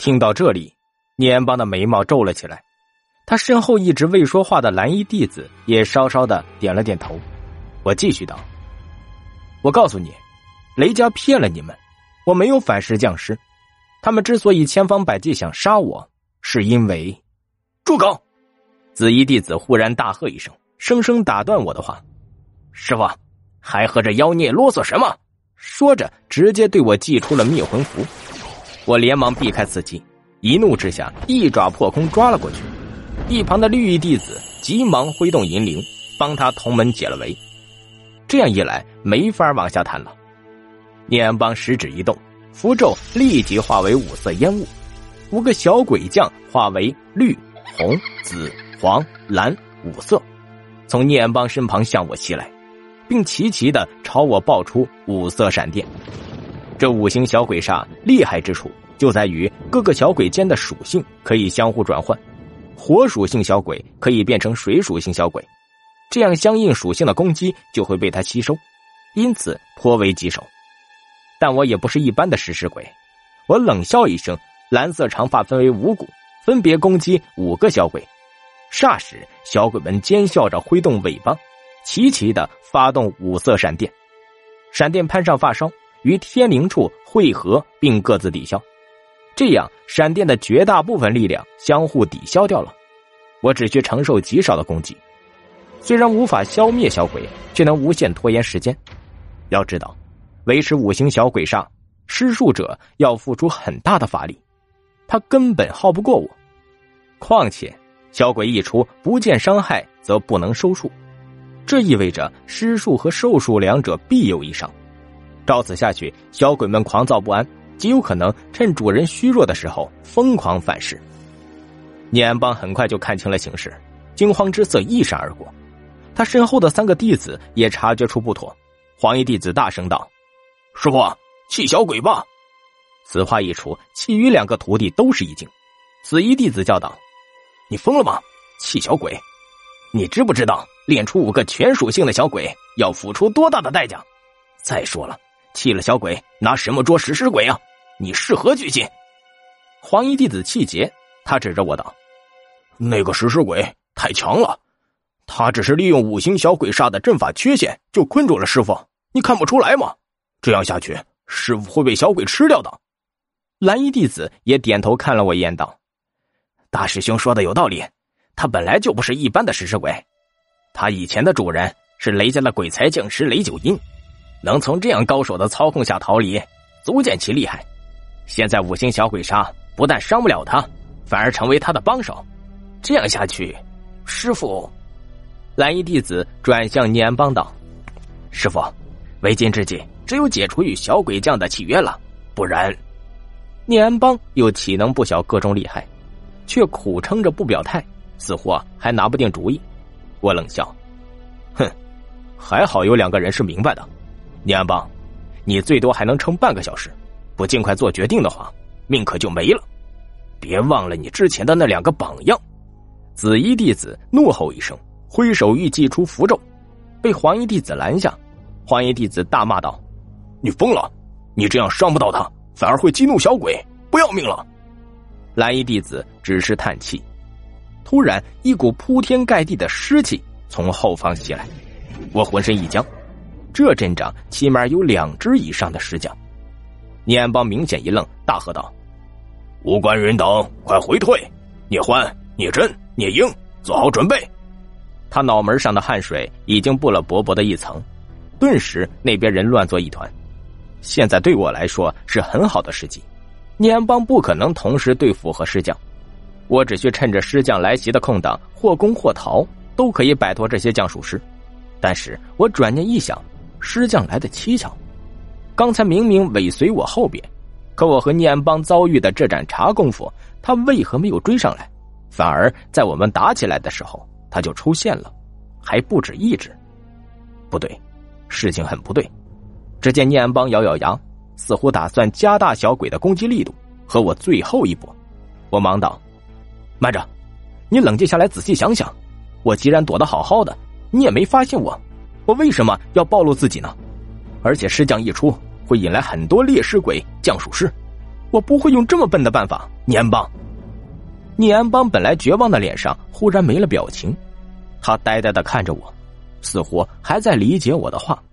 听到这里，聂邦的眉毛皱了起来，他身后一直未说话的蓝衣弟子也稍稍的点了点头。我继续道：我告诉你，雷家骗了你们，我没有反噬降尸，他们之所以千方百计想杀我，是因为……住口！紫衣弟子忽然大喝一声，生生打断我的话：师父，还和这妖孽啰嗦什么？说着直接对我祭出了灭魂符。我连忙避开此机，一怒之下一爪破空抓了过去。一旁的绿衣弟子急忙挥动银铃帮他同门解了围，这样一来没法往下探了。聂安邦食指一动，符咒立即化为5色烟雾，5个小鬼将化为绿、红、紫、黄、蓝5色，从聂安邦身旁向我袭来，并齐齐地朝我爆出5色闪电。这5行小鬼煞厉害之处就在于各个小鬼间的属性可以相互转换，火属性小鬼可以变成水属性小鬼，这样相应属性的攻击就会被它吸收，因此颇为棘手。但我也不是一般的食尸鬼，我冷笑一声，蓝色长发分为5股，分别攻击5个小鬼。霎时小鬼们尖笑着挥动尾巴，齐齐地发动5色闪电，闪电攀上发梢，于天灵处汇合并各自抵消，这样闪电的绝大部分力量相互抵消掉了，我只需承受极少的攻击。虽然无法消灭小鬼，却能无限拖延时间。要知道，维持5行小鬼煞，施术者要付出很大的法力，他根本耗不过我。况且小鬼一出，不见伤害则不能收术，这意味着施术和受术两者必有一伤。照此下去，小鬼们狂躁不安，极有可能趁主人虚弱的时候疯狂反噬。聂安邦很快就看清了形势，惊慌之色一闪而过。他身后的3个弟子也察觉出不妥，黄衣弟子大声道：师父，气小鬼吧！此话一出，其余2个徒弟都是一惊。紫衣弟子叫道：你疯了吗？气小鬼？你知不知道练出5个全属性的小鬼要付出多大的代价？再说了，气了小鬼拿什么捉食尸鬼啊？你是何居心？黄衣弟子气结，他指着我道：那个食尸鬼太强了，他只是利用5行小鬼煞的阵法缺陷就困住了师父，你看不出来吗？这样下去师父会被小鬼吃掉的。蓝衣弟子也点头看了我一眼道：大师兄说的有道理，他本来就不是一般的食尸鬼，他以前的主人是雷家的鬼才将师雷九阴，能从这样高手的操控下逃离，足见其厉害。现在5行小鬼煞不但伤不了他，反而成为他的帮手，这样下去师父……蓝衣弟子转向聂安邦道：师父，为今之计只有解除与小鬼将的契约了，不然……聂安邦又岂能不晓各种厉害，却苦撑着不表态，似乎还拿不定主意。我冷笑：哼，还好有2个人是明白的。聂安邦，你最多还能撑半个小时，不尽快做决定的话，命可就没了。别忘了你之前的那2个榜样。紫衣弟子怒吼一声，挥手欲祭出符咒，被黄衣弟子拦下。黄衣弟子大骂道：你疯了，你这样伤不到他，反而会激怒小鬼，不要命了。蓝衣弟子只是叹气。突然一股铺天盖地的尸气从后方袭来，我浑身一僵，这阵仗起码有2只以上的尸将。聂安邦明显一愣，大喝道：无关人等快回退，聂欢、聂真、聂英做好准备。他脑门上的汗水已经布了薄薄的一层，顿时那边人乱作一团。现在对我来说是很好的时机，聂安邦不可能同时对付和尸将，我只需趁着尸将来袭的空档或攻或逃，都可以摆脱这些将属师。但是我转念一想，尸将来得蹊跷，刚才明明尾随我后边，可我和聂安邦遭遇的这盏茶功夫，他为何没有追上来，反而在我们打起来的时候他就出现了，还不止一只。不对，事情很不对。只见聂安邦咬咬牙，似乎打算加大小鬼的攻击力度，和我最后一搏。我忙道：慢着，你冷静下来仔细想想，我既然躲得好好的，你也没发现我为什么要暴露自己呢？而且尸将一出，会引来很多猎尸鬼、将属师， 我不会用这么笨的办法。聂安邦。聂安邦本来绝望的脸上忽然没了表情，他呆呆地看着我，似乎还在理解我的话。